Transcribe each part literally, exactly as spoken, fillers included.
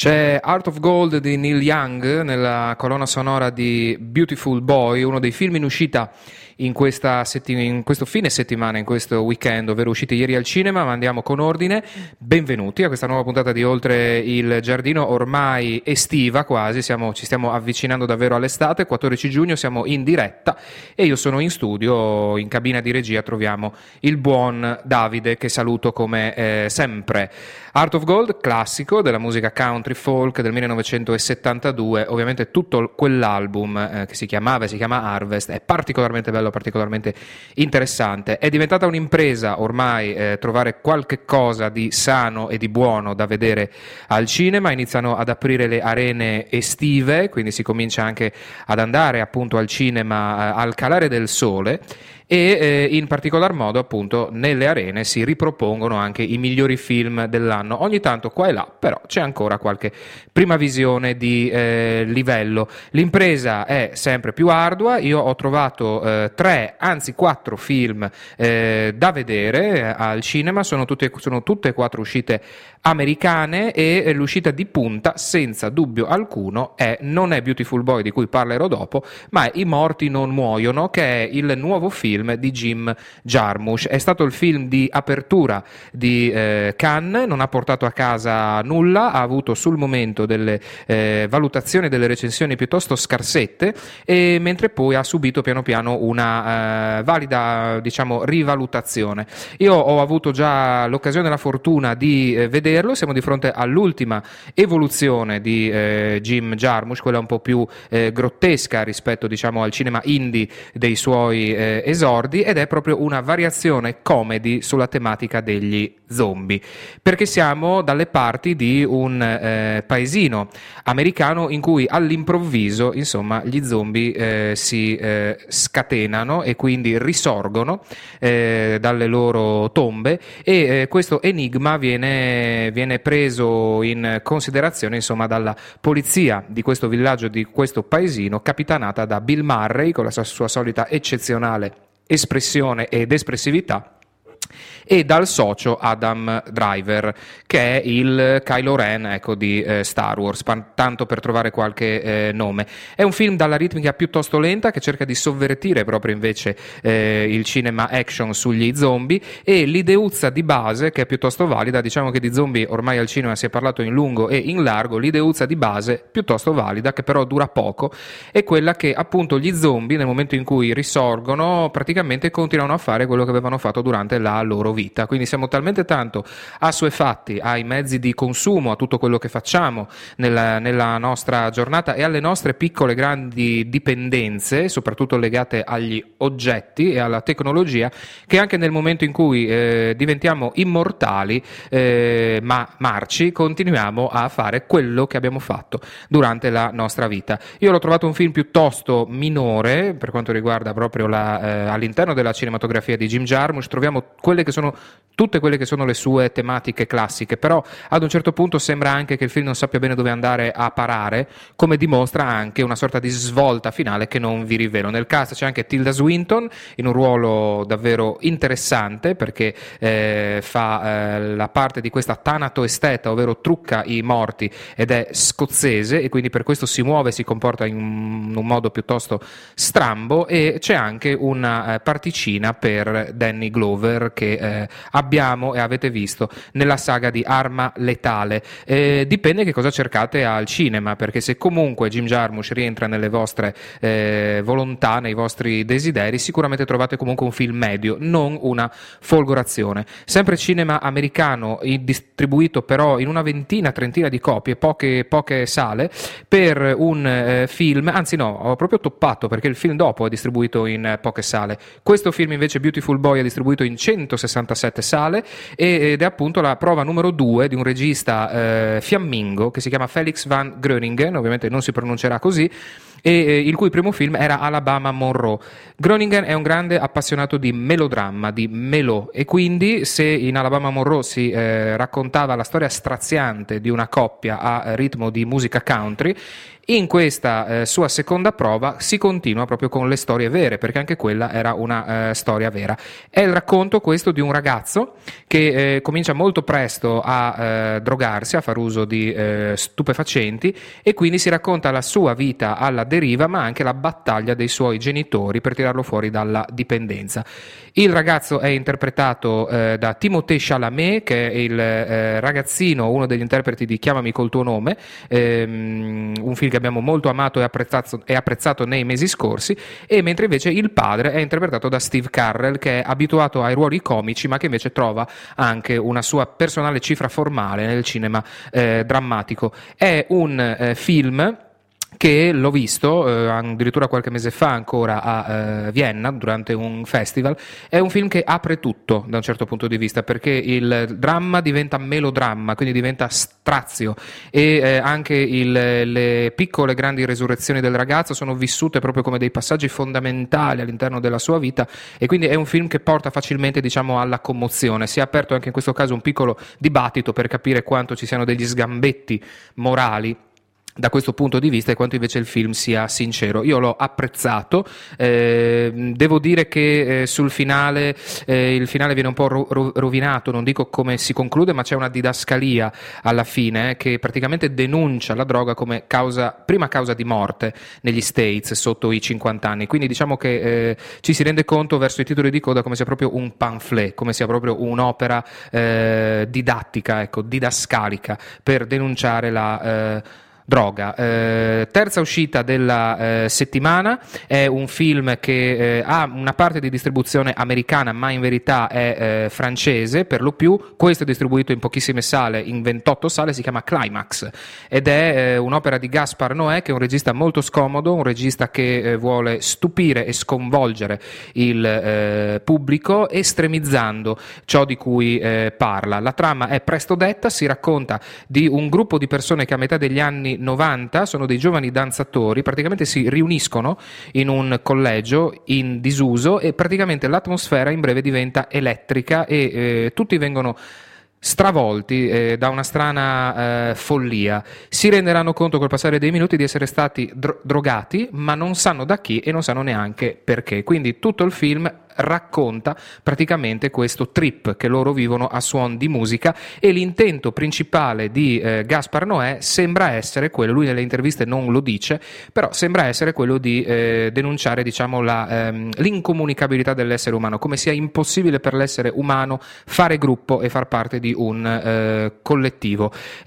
C'è Heart of Gold di Neil Young nella colonna sonora di Beautiful Boy, uno dei film in uscita in, questa settim- in questo fine settimana, in questo weekend, ovvero usciti ieri al cinema, ma andiamo con ordine. Benvenuti a questa nuova puntata di Oltre il Giardino, ormai estiva quasi, siamo, ci stiamo avvicinando davvero all'estate, quattordici giugno, siamo in diretta e io sono in studio, in cabina di regia troviamo il buon Davide, che saluto come eh, sempre. Heart of Gold, classico della musica country folk del millenovecentosettantadue, ovviamente tutto quell'album eh, che si chiamava e si chiama Harvest è particolarmente bello, particolarmente interessante. È diventata un'impresa ormai eh, trovare qualche cosa di sano e di buono da vedere al cinema, iniziano ad aprire le arene estive, quindi si comincia anche ad andare appunto al cinema eh, al calare del sole. E eh, in particolar modo appunto nelle arene si ripropongono anche i migliori film dell'anno, ogni tanto qua e là però c'è ancora qualche prima visione di eh, livello. L'impresa è sempre più ardua, io ho trovato eh, tre anzi quattro film eh, da vedere eh, al cinema, sono tutte, sono tutte e quattro uscite americane e eh, l'uscita di punta senza dubbio alcuno è, non è Beautiful Boy di cui parlerò dopo, ma è I morti non muoiono, che è il nuovo film di Jim Jarmusch. È stato il film di apertura di eh, Cannes, non ha portato a casa nulla, ha avuto sul momento delle eh, valutazioni, delle recensioni piuttosto scarsette, e mentre poi ha subito piano piano una eh, valida, diciamo, rivalutazione. Io ho avuto già l'occasione e la fortuna di eh, vederlo, siamo di fronte all'ultima evoluzione di eh, Jim Jarmusch, quella un po' più eh, grottesca rispetto, diciamo, al cinema indie dei suoi eh, esordi, ed è proprio una variazione comedy sulla tematica degli zombie, perché siamo dalle parti di un eh, paesino americano in cui all'improvviso, insomma, gli zombie eh, si eh, scatenano e quindi risorgono eh, dalle loro tombe, e eh, questo enigma viene, viene preso in considerazione, insomma, dalla polizia di questo villaggio, di questo paesino, capitanata da Bill Murray con la sua, sua solita eccezionale espressione ed espressività, e dal socio Adam Driver, che è il Kylo Ren, ecco, di eh, Star Wars, tanto per trovare qualche eh, nome. È un film dalla ritmica piuttosto lenta che cerca di sovvertire proprio invece eh, il cinema action sugli zombie, e l'ideuzza di base, che è piuttosto valida, diciamo che di zombie ormai al cinema si è parlato in lungo e in largo, l'ideuzza di base piuttosto valida, che però dura poco, è quella che appunto gli zombie nel momento in cui risorgono praticamente continuano a fare quello che avevano fatto durante la loro vita, quindi siamo talmente tanto assuefatti ai mezzi di consumo, a tutto quello che facciamo nella, nella nostra giornata e alle nostre piccole grandi dipendenze, soprattutto legate agli oggetti e alla tecnologia, che anche nel momento in cui eh, diventiamo immortali eh, ma marci, continuiamo a fare quello che abbiamo fatto durante la nostra vita. Io l'ho trovato un film piuttosto minore per quanto riguarda proprio la, eh, all'interno della cinematografia di Jim Jarmusch troviamo quelle che sono tutte quelle che sono le sue tematiche classiche, però ad un certo punto sembra anche che il film non sappia bene dove andare a parare, come dimostra anche una sorta di svolta finale che non vi rivelo. Nel cast c'è anche Tilda Swinton in un ruolo davvero interessante, perché eh, fa eh, la parte di questa tanato-esteta, ovvero trucca i morti, ed è scozzese e quindi per questo si muove e si comporta in un, un modo piuttosto strambo, e c'è anche una eh, particina per Danny Glover che eh, abbiamo e avete visto nella saga di Arma Letale. Eh, dipende che cosa cercate al cinema, perché se comunque Jim Jarmusch rientra nelle vostre eh, volontà, nei vostri desideri, sicuramente trovate comunque un film medio, non una folgorazione. Sempre cinema americano, distribuito però in una ventina, trentina di copie, poche, poche sale, per un eh, film, anzi no, ho proprio toppato, perché il film dopo è distribuito in eh, poche sale. Questo film invece, Beautiful Boy, è distribuito in centosessantasette sale ed è appunto la prova numero due di un regista eh, fiammingo che si chiama Felix van Groeningen, ovviamente non si pronuncerà così, e eh, il cui primo film era Alabama Monroe. Groningen è un grande appassionato di melodramma, di melò, e quindi se in Alabama Monroe si eh, raccontava la storia straziante di una coppia a ritmo di musica country, in questa eh, sua seconda prova si continua proprio con le storie vere, perché anche quella era una eh, storia vera. È il racconto questo di un ragazzo che eh, comincia molto presto a eh, drogarsi, a far uso di eh, stupefacenti, e quindi si racconta la sua vita alla deriva, ma anche la battaglia dei suoi genitori per tirarlo fuori dalla dipendenza. Il ragazzo è interpretato eh, da Timothée Chalamet, che è il eh, ragazzino, uno degli interpreti di Chiamami col tuo nome, ehm, un film che abbiamo molto amato e apprezzato, e apprezzato nei mesi scorsi, e mentre invece il padre è interpretato da Steve Carell, che è abituato ai ruoli comici ma che invece trova anche una sua personale cifra formale nel cinema eh, drammatico. È un eh, film che l'ho visto eh, addirittura qualche mese fa ancora a eh, Vienna durante un festival. È un film che apre tutto da un certo punto di vista, perché il dramma diventa melodramma, quindi diventa strazio, e eh, anche il, le piccole grandi resurrezioni del ragazzo sono vissute proprio come dei passaggi fondamentali all'interno della sua vita, e quindi è un film che porta facilmente, diciamo, alla commozione. Si è aperto anche in questo caso un piccolo dibattito per capire quanto ci siano degli sgambetti morali da questo punto di vista e quanto invece il film sia sincero. Io l'ho apprezzato, eh, devo dire che eh, sul finale eh, il finale viene un po' ro- rovinato, non dico come si conclude, ma c'è una didascalia alla fine eh, che praticamente denuncia la droga come causa, prima causa di morte negli States sotto i cinquanta anni, quindi diciamo che eh, ci si rende conto verso i titoli di coda come sia proprio un pamphlet, come sia proprio un'opera eh, didattica, ecco, didascalica per denunciare la eh, droga. Eh, terza uscita della eh, settimana è un film che eh, ha una parte di distribuzione americana, ma in verità è eh, francese per lo più. Questo è distribuito in pochissime sale, in ventotto sale, si chiama Climax, ed è eh, un'opera di Gaspar Noé, che è un regista molto scomodo, un regista che eh, vuole stupire e sconvolgere il eh, pubblico estremizzando ciò di cui eh, parla. La trama è presto detta, si racconta di un gruppo di persone che a metà degli anni novanta sono dei giovani danzatori, praticamente si riuniscono in un collegio in disuso e praticamente l'atmosfera in breve diventa elettrica e eh, tutti vengono stravolti eh, da una strana eh, follia. Si renderanno conto col passare dei minuti di essere stati dro- drogati, ma non sanno da chi e non sanno neanche perché. Quindi tutto il film racconta praticamente questo trip che loro vivono a suon di musica, e l'intento principale di eh, Gaspar Noé sembra essere quello, lui nelle interviste non lo dice, però sembra essere quello di eh, denunciare, diciamo, la, ehm, l'incomunicabilità dell'essere umano, come sia impossibile per l'essere umano fare gruppo e far parte di un eh, collettivo.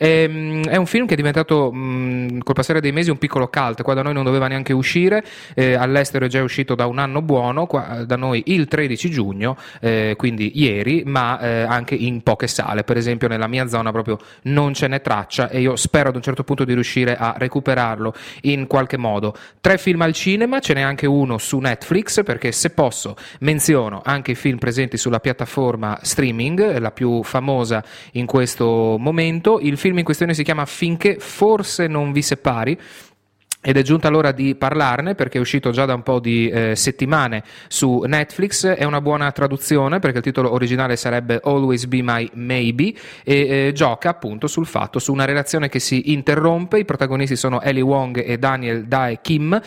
E, è un film che è diventato mh, col passare dei mesi un piccolo cult. Qua da noi non doveva neanche uscire, eh, all'estero è già uscito da un anno buono, qua da noi il tredici giugno, eh, quindi ieri, ma eh, anche in poche sale. Per esempio nella mia zona proprio non ce n'è traccia, e io spero ad un certo punto di riuscire a recuperarlo in qualche modo. Tre film al cinema, ce n'è anche uno su Netflix, perché se posso menziono anche i film presenti sulla piattaforma streaming, la più famosa in questo momento. Il film in questione si chiama Finché forse non vi separi, ed è giunta l'ora di parlarne perché è uscito già da un po' di eh, settimane su Netflix. È una buona traduzione perché il titolo originale sarebbe Always Be My Maybe, e eh, gioca appunto sul fatto, su una relazione che si interrompe. I protagonisti sono Ellie Wong e Daniel Dae Kim,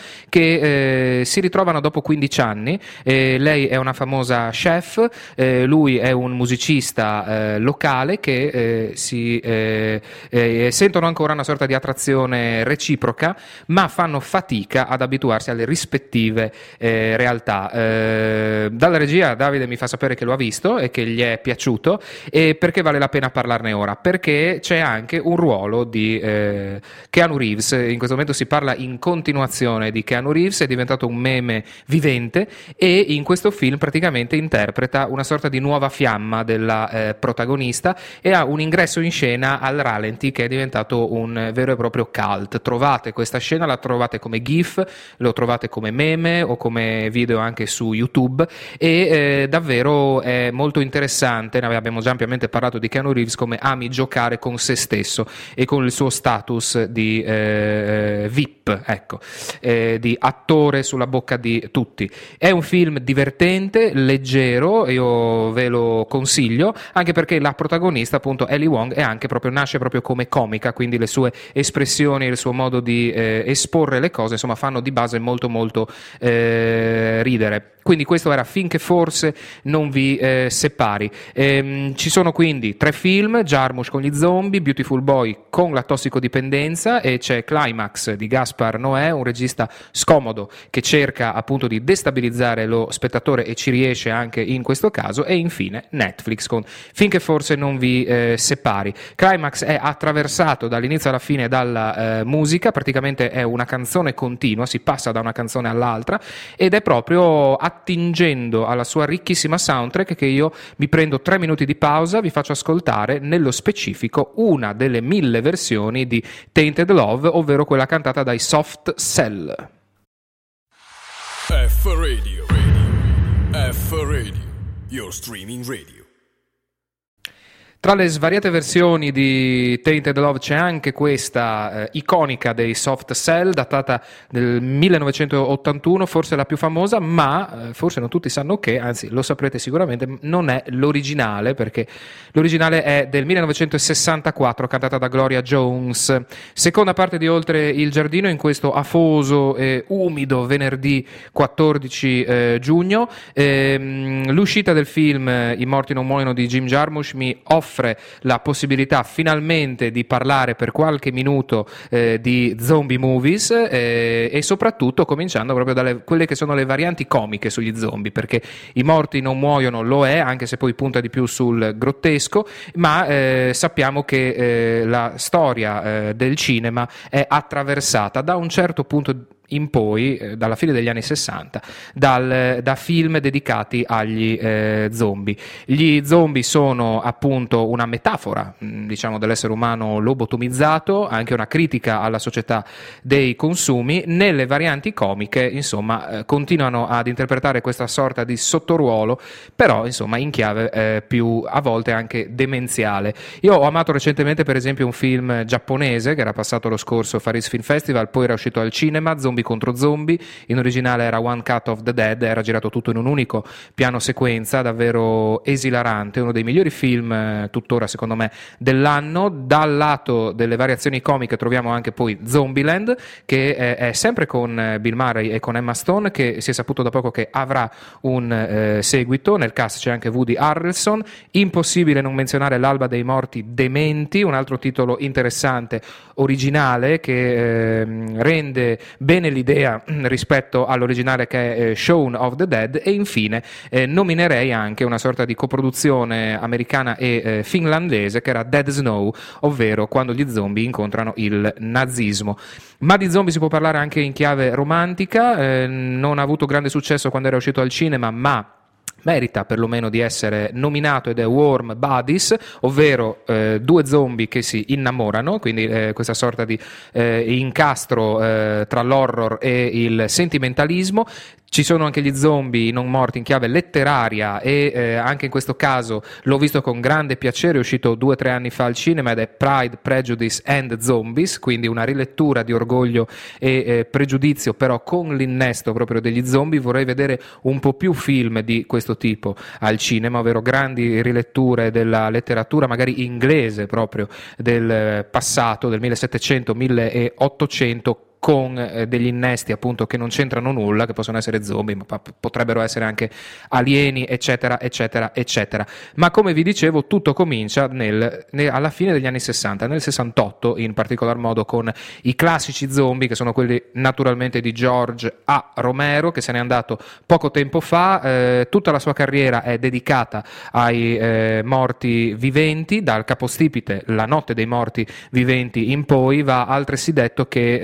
che eh, si ritrovano dopo quindici anni. Eh, lei è una famosa chef, eh, lui è un musicista eh, locale, che eh, si eh, eh, sentono ancora una sorta di attrazione reciproca, ma fanno fatica ad abituarsi alle rispettive eh, realtà. Eh, dalla regia Davide mi fa sapere che lo ha visto e che gli è piaciuto. E perché vale la pena parlarne ora? Perché c'è anche un ruolo di eh, Keanu Reeves. In questo momento si parla in continuazione di Keanu Reeves, è diventato un meme vivente, e in questo film praticamente interpreta una sorta di nuova fiamma della eh, protagonista, e ha un ingresso in scena al ralenti che è diventato un vero e proprio cult. Trovate questa scena, la trovate come GIF, lo trovate come meme o come video anche su YouTube, e eh, davvero è molto interessante. Ne abbiamo già ampiamente parlato di Keanu Reeves, come ami giocare con se stesso e con il suo status di eh, V I P, ecco, eh, di attore sulla bocca di tutti. È un film divertente, leggero, io ve lo consiglio, anche perché la protagonista, appunto Ellie Wong, è anche proprio, nasce proprio come comica, quindi le sue espressioni, il suo modo di eh, esporre le cose, insomma, fanno di base molto molto eh, ridere. Quindi questo era Finché forse non vi eh, separi. Ehm, ci sono quindi tre film: Jarmusch con gli zombie, Beautiful Boy con la tossicodipendenza, e c'è Climax di Gaspar Noè, un regista scomodo che cerca appunto di destabilizzare lo spettatore e ci riesce anche in questo caso, e infine Netflix con Finché forse non vi eh, separi. Climax è attraversato dall'inizio alla fine dalla eh, musica, praticamente è una canzone continua, si passa da una canzone all'altra, ed è proprio attingendo alla sua ricchissima soundtrack che io mi prendo tre minuti di pausa, vi faccio ascoltare nello specifico una delle mille versioni di Tainted Love, ovvero quella cantata dai Soft Cell. F Radio, Radio, F Radio, your streaming radio. Tra le svariate versioni di Tainted Love c'è anche questa eh, iconica dei Soft Cell, datata del millenovecentottantuno, forse la più famosa, ma eh, forse non tutti sanno che, anzi lo saprete sicuramente, non è l'originale, perché l'originale è del millenovecentosessantaquattro, cantata da Gloria Jones. Seconda parte di Oltre il giardino, in questo afoso e umido venerdì quattordici eh, giugno. Ehm, l'uscita del film I morti non muoiono di Jim Jarmusch mi offre la possibilità finalmente di parlare per qualche minuto eh, di zombie movies, eh, e soprattutto cominciando proprio dalle quelle che sono le varianti comiche sugli zombie, perché I morti non muoiono lo è, anche se poi punta di più sul grottesco, ma eh, sappiamo che eh, la storia eh, del cinema è attraversata da un certo punto in poi, eh, dalla fine degli anni sessanta, dal, da film dedicati agli eh, zombie. Gli zombie sono appunto una metafora, mh, diciamo, dell'essere umano lobotomizzato, anche una critica alla società dei consumi. Nelle varianti comiche, insomma, eh, continuano ad interpretare questa sorta di sottoruolo, però insomma in chiave eh, più a volte anche demenziale. Io ho amato recentemente, per esempio, un film giapponese che era passato lo scorso Faris Film Festival, poi era uscito al cinema, Zombie contro zombie. In originale era One Cut of the Dead, era girato tutto in un unico piano sequenza, davvero esilarante, uno dei migliori film eh, tuttora secondo me dell'anno. Dal lato delle variazioni comiche troviamo anche poi Zombieland, che è, è sempre con Bill Murray e con Emma Stone, che si è saputo da poco che avrà un eh, seguito. Nel cast c'è anche Woody Harrelson. Impossibile non menzionare L'alba dei morti dementi, un altro titolo interessante, originale, che eh, rende bene l'idea rispetto all'originale, che è eh, Shaun of the Dead. E infine eh, nominerei anche una sorta di coproduzione americana e eh, finlandese, che era Dead Snow, ovvero Quando gli zombie incontrano il nazismo. Ma di zombie si può parlare anche in chiave romantica. Eh, non ha avuto grande successo quando era uscito al cinema, ma merita perlomeno di essere nominato, ed è Warm Bodies, ovvero eh, due zombie che si innamorano, quindi eh, questa sorta di eh, incastro eh, tra l'horror e il sentimentalismo. Ci sono anche gli zombie non morti in chiave letteraria, e eh, anche in questo caso l'ho visto con grande piacere, è uscito due o tre anni fa al cinema, ed è Pride, Prejudice and Zombies, quindi una rilettura di Orgoglio e eh, Pregiudizio, però con l'innesto proprio degli zombie. Vorrei vedere un po' più film di questo tipo al cinema, ovvero grandi riletture della letteratura magari inglese proprio del passato, del millesettecento milleottocento, con eh, degli innesti appunto che non c'entrano nulla, che possono essere zombie, ma p- potrebbero essere anche alieni, eccetera eccetera eccetera. Ma come vi dicevo, tutto comincia nel, nel, alla fine degli anni sessanta, nel sessantotto in particolar modo, con i classici zombie, che sono quelli naturalmente di George A. Romero, che se n'è andato poco tempo fa. Eh, tutta la sua carriera è dedicata ai eh, morti viventi, dal capostipite La notte dei morti viventi in poi. Va altresì detto che eh, Romero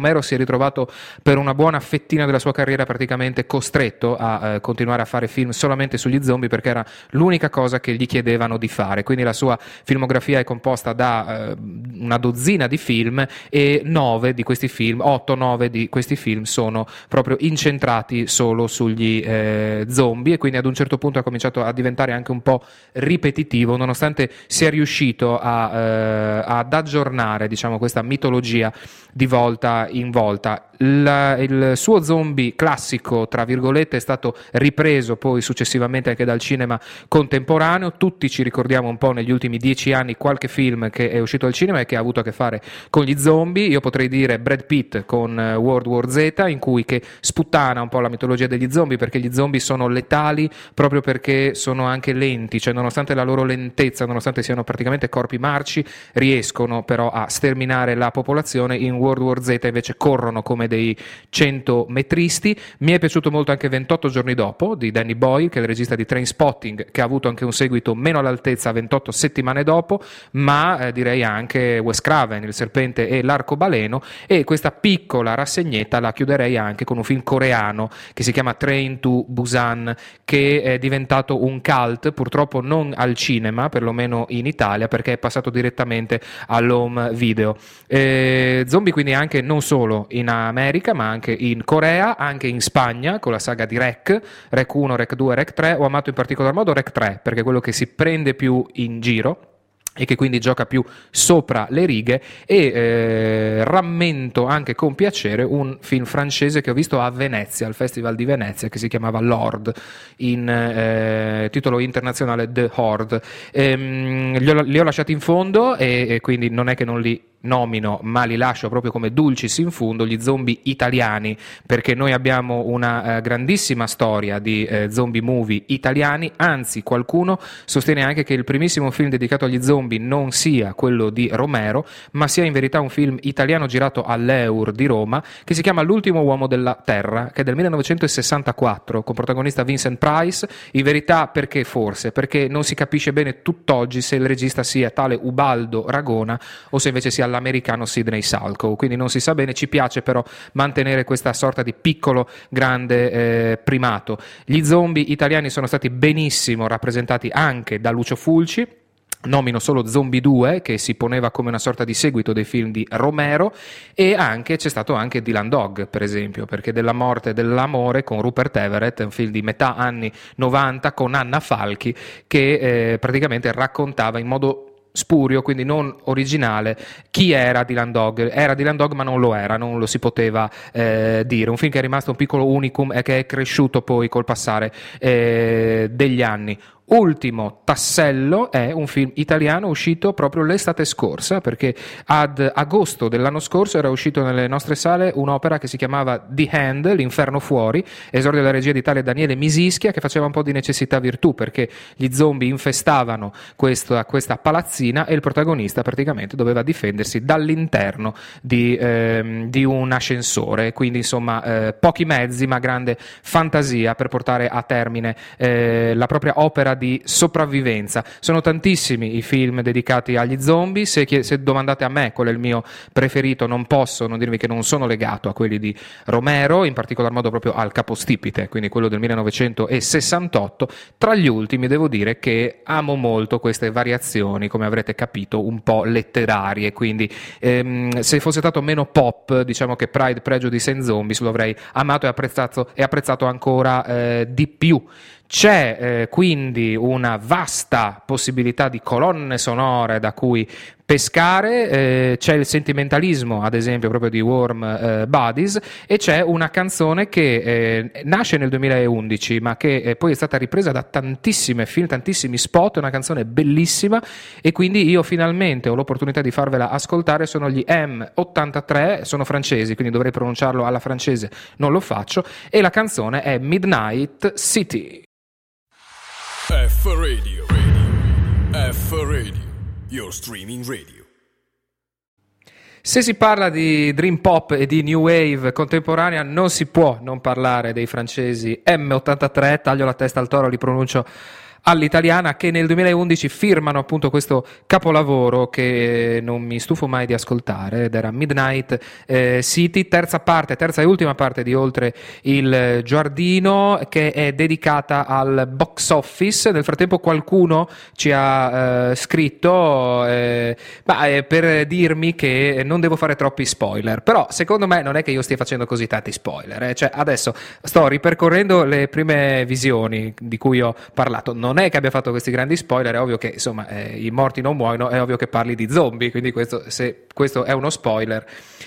Romero si è ritrovato per una buona fettina della sua carriera praticamente costretto a eh, continuare a fare film solamente sugli zombie perché era l'unica cosa che gli chiedevano di fare, quindi la sua filmografia è composta da eh, una dozzina di film e nove di questi film, otto nove di questi film sono proprio incentrati solo sugli eh, zombie, e quindi ad un certo punto ha cominciato a diventare anche un po' ripetitivo, nonostante sia riuscito a, eh, ad aggiornare, diciamo, questa mitologia di volta in volta. La, il suo zombie classico, tra virgolette, è stato ripreso poi successivamente anche dal cinema contemporaneo. Tutti ci ricordiamo un po' negli ultimi dieci anni qualche film che è uscito al cinema e che ha avuto a che fare con gli zombie. Io potrei dire Brad Pitt con World War Z, in cui che sputtana un po' la mitologia degli zombie, perché gli zombie sono letali proprio perché sono anche lenti, cioè nonostante la loro lentezza, nonostante siano praticamente corpi marci, riescono però a sterminare la popolazione. In World War Z invece corrono come dei centometristi. Mi è piaciuto molto anche ventotto giorni dopo di Danny Boyle, che è il regista di Trainspotting, che ha avuto anche un seguito meno all'altezza ventotto settimane dopo, ma eh, direi anche Wes Craven, Il serpente e l'arcobaleno, e questa piccola rassegnetta la chiuderei anche con un film coreano che si chiama Train to Busan, che è diventato un cult, purtroppo non al cinema, perlomeno in Italia, perché è passato direttamente all'home video. Eh, zombie quindi anche non solo in America, ma anche in Corea, anche in Spagna con la saga di Rec, Rec uno, Rec due, Rec tre. Ho amato in particolar modo Rec tre perché è quello che si prende più in giro e che quindi gioca più sopra le righe, e eh, rammento anche con piacere un film francese che ho visto a Venezia, al Festival di Venezia, che si chiamava Lord, in eh, titolo internazionale The Horde. Ehm, li, ho, li ho lasciati in fondo e, e quindi non è che non li nomino, ma li lascio proprio come dulcis in fondo, gli zombie italiani, perché noi abbiamo una eh, grandissima storia di eh, zombie movie italiani. Anzi, qualcuno sostiene anche che il primissimo film dedicato agli zombie non sia quello di Romero, ma sia in verità un film italiano girato all'Eur di Roma, che si chiama L'ultimo uomo della Terra, che è del millenovecentosessantaquattro, con protagonista Vincent Price. In verità perché? Forse perché non si capisce bene tutt'oggi se il regista sia tale Ubaldo Ragona o se invece sia l'americano Sidney Salco, quindi non si sa bene. Ci piace però mantenere questa sorta di piccolo grande eh, primato. Gli zombie italiani sono stati benissimo rappresentati anche da Lucio Fulci. Nomino solo Zombie due, che si poneva come una sorta di seguito dei film di Romero, e anche c'è stato anche Dylan Dog, per esempio, perché Della morte e dell'amore con Rupert Everett, un film di metà anni novanta con Anna Falchi, che eh, praticamente raccontava in modo spurio, quindi non originale, chi era Dylan Dog. Era Dylan Dog ma non lo era, non lo si poteva eh, dire. Un film che è rimasto un piccolo unicum e che è cresciuto poi col passare eh, degli anni. Ultimo tassello è un film italiano uscito proprio l'estate scorsa, perché ad agosto dell'anno scorso era uscito nelle nostre sale un'opera che si chiamava The Hand, L'inferno fuori, esordio della regia di tale Daniele Misischia, che faceva un po' di necessità virtù, perché gli zombie infestavano questa, questa palazzina e il protagonista praticamente doveva difendersi dall'interno di, ehm, di un ascensore. Quindi insomma eh, pochi mezzi ma grande fantasia per portare a termine eh, la propria opera di sopravvivenza. Sono tantissimi i film dedicati agli zombie. Se, se domandate a me qual è il mio preferito, non posso non dirvi che non sono legato a quelli di Romero, in particolar modo proprio al capostipite, quindi quello del millenovecentosessantotto. Tra gli ultimi devo dire che amo molto queste variazioni, come avrete capito, un po' letterarie, quindi ehm, se fosse stato meno pop, diciamo che Pride, Prejudice and Zombies lo avrei amato e apprezzato, e apprezzato ancora eh, di più. C'è eh, quindi una vasta possibilità di colonne sonore da cui pescare, eh, c'è il sentimentalismo ad esempio proprio di Warm eh, Bodies, e c'è una canzone che eh, nasce nel duemilaundici ma che eh, poi è stata ripresa da tantissime film, tantissimi spot. È una canzone bellissima e quindi io finalmente ho l'opportunità di farvela ascoltare. Sono gli M ottantatré, sono francesi quindi dovrei pronunciarlo alla francese, non lo faccio, e la canzone è Midnight City. F Radio, Radio, F Radio, your streaming radio. Se si parla di dream pop e di new wave contemporanea non si può non parlare dei francesi M ottantatré, taglio la testa al toro, li pronuncio all'italiana, che nel duemilaundici firmano appunto questo capolavoro che non mi stufo mai di ascoltare, ed era Midnight eh, City, terza parte, terza e ultima parte di Oltre il Giardino, che è dedicata al box office. Nel frattempo qualcuno ci ha eh, scritto eh, ma, eh, per dirmi che non devo fare troppi spoiler, però secondo me non è che io stia facendo così tanti spoiler, eh. Cioè adesso sto ripercorrendo le prime visioni di cui ho parlato, non è che abbia fatto questi grandi spoiler, è ovvio che insomma eh, i morti non muoiono, è ovvio che parli di zombie, quindi questo, se questo è uno spoiler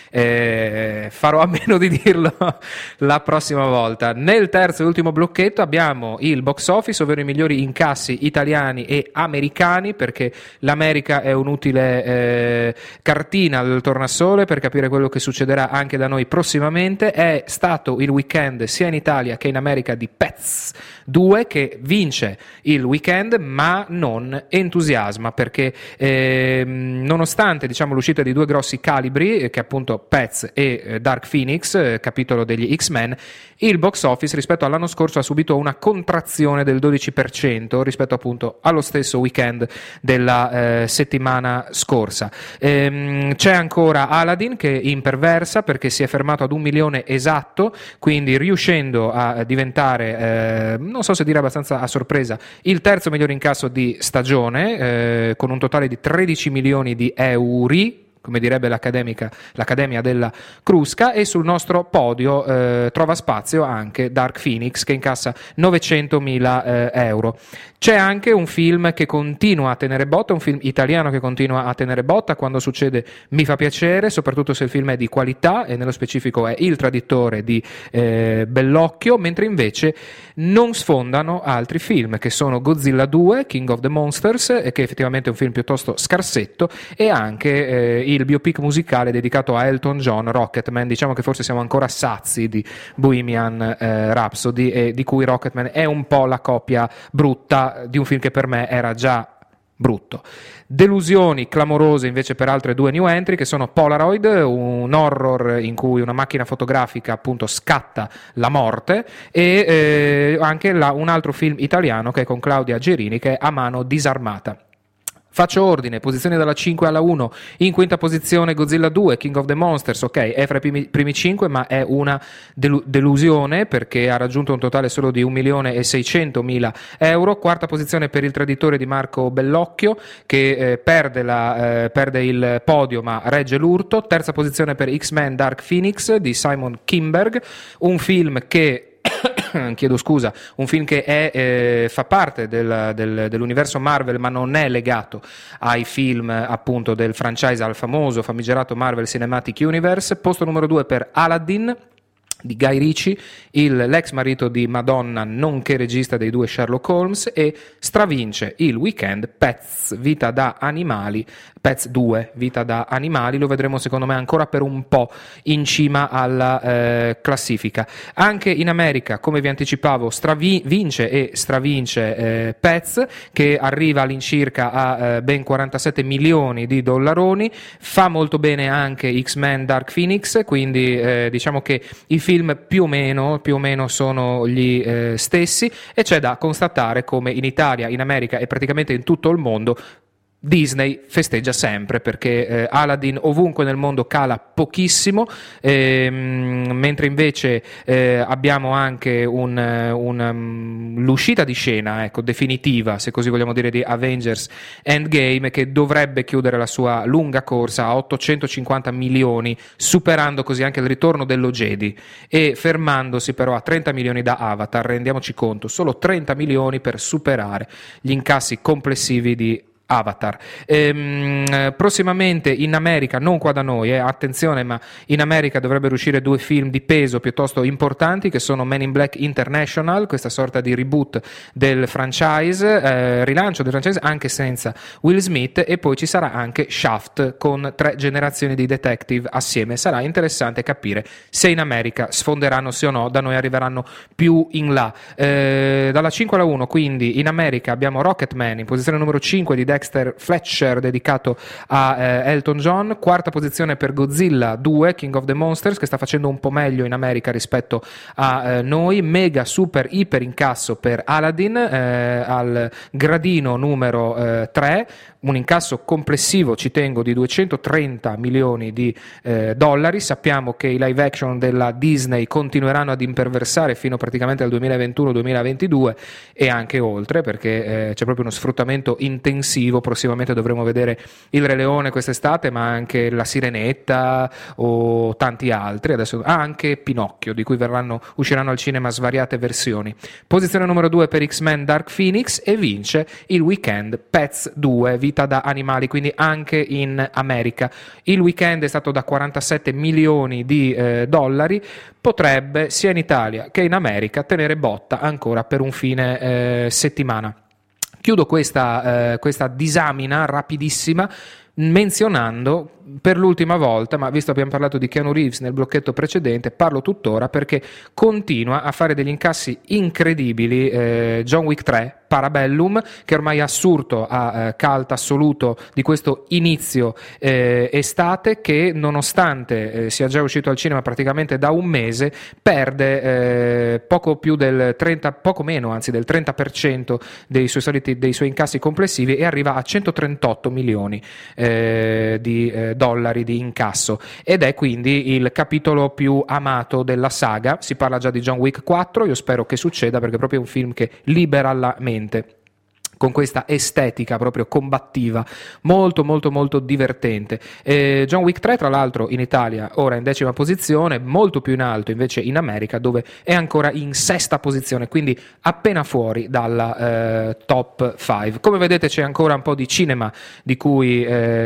eh, farò a meno di dirlo la prossima volta. Nel terzo e ultimo blocchetto abbiamo il box office, ovvero i migliori incassi italiani e americani, perché l'America è un'utile eh, cartina del tornasole per capire quello che succederà anche da noi prossimamente. È stato il weekend sia in Italia che in America di Pets due, che vince il weekend ma non entusiasma, perché eh, nonostante diciamo l'uscita di due grossi calibri, eh, che appunto Pets e eh, Dark Phoenix, eh, capitolo degli X-Men, il box office rispetto all'anno scorso ha subito una contrazione del dodici per cento rispetto appunto allo stesso weekend della eh, settimana scorsa. Ehm, c'è ancora Aladdin che imperversa, perché si è fermato ad un milione esatto, quindi riuscendo a diventare eh, non so se dire abbastanza a sorpresa, il terzo miglior incasso di stagione, eh, con un totale di tredici milioni di euro, come direbbe l'Accademica, l'Accademia della Crusca. E sul nostro podio eh, trova spazio anche Dark Phoenix, che incassa novecentomila eh, euro. C'è anche un film che continua a tenere botta, un film italiano che continua a tenere botta. Quando succede mi fa piacere, soprattutto se il film è di qualità, e nello specifico è Il Traditore di eh, Bellocchio, mentre invece non sfondano altri film, che sono Godzilla due, King of the Monsters, che effettivamente è un film piuttosto scarsetto, e anche eh, il biopic musicale dedicato a Elton John, Rocketman. Diciamo che forse siamo ancora sazi di Bohemian eh, Rhapsody, e di cui Rocketman è un po' la copia brutta di un film che per me era già brutto. Delusioni clamorose invece per altre due new entry, che sono Polaroid, un horror in cui una macchina fotografica appunto scatta la morte, e eh, anche la, un altro film italiano che è con Claudia Gerini, che è A mano disarmata. Faccio ordine, posizioni dalla cinque alla uno. In quinta posizione Godzilla due, King of the Monsters, ok, è fra i primi, primi cinque, ma è una delu- delusione, perché ha raggiunto un totale solo di un milione e seicentomila euro. Quarta posizione per Il Traditore di Marco Bellocchio, che eh, perde, la, eh, perde il podio ma regge l'urto. Terza posizione per X-Men Dark Phoenix di Simon Kinberg, un film che chiedo scusa, un film che è, eh, fa parte del, del, dell'universo Marvel, ma non è legato ai film appunto del franchise, al famoso famigerato Marvel Cinematic Universe. Posto numero due per Aladdin di Guy Ritchie, il, l'ex marito di Madonna nonché regista dei due Sherlock Holmes, e stravince il weekend Pets, Vita da Animali, Pets due, Vita da Animali. Lo vedremo secondo me ancora per un po' in cima alla eh, classifica. Anche in America, come vi anticipavo, stravi- vince e stravince eh, Pets, che arriva all'incirca a eh, ben quarantasette milioni di dollaroni. Fa molto bene anche X-Men Dark Phoenix, quindi eh, diciamo che i film più o meno, più o meno sono gli eh, stessi, e c'è da constatare come in Italia, in America e praticamente in tutto il mondo Disney festeggia sempre, perché eh, Aladdin ovunque nel mondo cala pochissimo, ehm, mentre invece eh, abbiamo anche un, un, um, l'uscita di scena, ecco, definitiva, se così vogliamo dire, di Avengers Endgame, che dovrebbe chiudere la sua lunga corsa a ottocentocinquanta milioni, superando così anche il ritorno dello Jedi, e fermandosi però a trenta milioni da Avatar. Rendiamoci conto, solo trenta milioni per superare gli incassi complessivi di Avatar. Ehm, prossimamente in America, non qua da noi, eh, attenzione, ma in America dovrebbero uscire due film di peso piuttosto importanti, che sono Men in Black International, questa sorta di reboot del franchise, eh, rilancio del franchise anche senza Will Smith, e poi ci sarà anche Shaft con tre generazioni di detective assieme. Sarà interessante capire se in America sfonderanno sì o no, da noi arriveranno più in là. Eh, dalla cinque alla uno, quindi in America abbiamo Rocketman in posizione numero cinque di Dexter Fletcher dedicato a eh, Elton John. Quarta posizione per Godzilla due, King of the Monsters, che sta facendo un po' meglio in America rispetto a eh, noi. Mega super iper incasso per Aladdin, eh, al gradino numero eh, tre, un incasso complessivo, ci tengo, di duecentotrenta milioni di eh, dollari. Sappiamo che i live action della Disney continueranno ad imperversare fino praticamente al duemilaventuno duemilaventidue e anche oltre, perché eh, c'è proprio uno sfruttamento intensivo. Prossimamente dovremo vedere il Re Leone quest'estate, ma anche la Sirenetta o tanti altri. Adesso ah, anche Pinocchio, di cui verranno, usciranno al cinema svariate versioni. Posizione numero due per X-Men Dark Phoenix, e vince il weekend Pets due, Vita da animali, quindi anche in America. Il weekend è stato da quarantasette milioni di eh, dollari, potrebbe sia in Italia che in America tenere botta ancora per un fine eh, settimana. Chiudo questa, eh, questa disamina rapidissima menzionando per l'ultima volta, ma visto abbiamo parlato di Keanu Reeves nel blocchetto precedente, parlo tuttora perché continua a fare degli incassi incredibili eh, John Wick tre Parabellum, che ormai ha assurto a eh, cult assoluto di questo inizio eh, estate, che nonostante eh, sia già uscito al cinema praticamente da un mese, perde eh, poco più del trenta, poco meno anzi del trenta per cento dei suoi soliti, dei suoi incassi complessivi, e arriva a centotrentotto milioni eh, di eh, dollari di incasso, ed è quindi il capitolo più amato della saga. Si parla già di John Wick quattro, io spero che succeda, perché è proprio un film che libera la mente con questa estetica proprio combattiva, molto molto molto divertente. eh, John Wick tre tra l'altro in Italia ora in decima posizione, molto più in alto invece in America, dove è ancora in sesta posizione, quindi appena fuori dalla eh, top cinque. Come vedete c'è ancora un po' di cinema di cui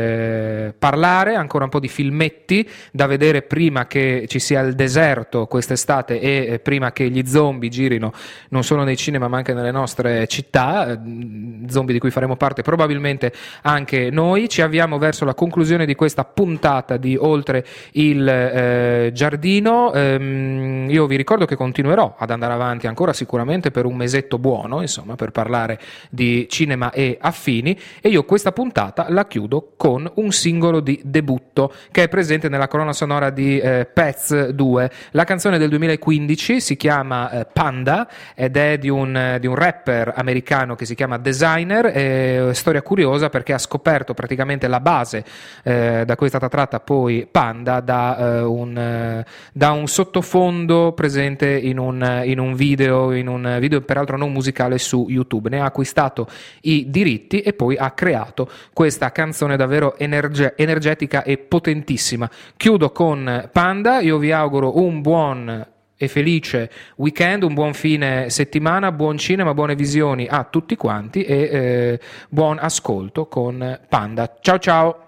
eh, parlare, ancora un po' di filmetti da vedere prima che ci sia il deserto quest'estate e eh, prima che gli zombie girino non solo nei cinema ma anche nelle nostre città, zombie di cui faremo parte probabilmente anche noi. Ci avviamo verso la conclusione di questa puntata di Oltre il eh, Giardino. Ehm, io vi ricordo che continuerò ad andare avanti ancora sicuramente per un mesetto buono, insomma, per parlare di cinema e affini, e io questa puntata la chiudo con un singolo di debutto che è presente nella colonna sonora di eh, Pets due. La canzone del duemilaquindici si chiama eh, Panda, ed è di un, di un rapper americano che si chiama Designer. È storia curiosa perché ha scoperto praticamente la base eh, da cui è stata tratta poi Panda da, eh, un, eh, da un sottofondo presente in un, in un video, in un video peraltro non musicale su YouTube. Ne ha acquistato i diritti e poi ha creato questa canzone davvero energe- energetica e potentissima. Chiudo con Panda, io vi auguro un buon e felice weekend, un buon fine settimana, buon cinema, buone visioni a tutti quanti e eh, buon ascolto con Panda. Ciao ciao!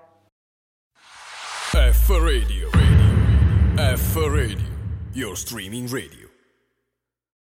F Radio, Radio. F Radio, your streaming radio.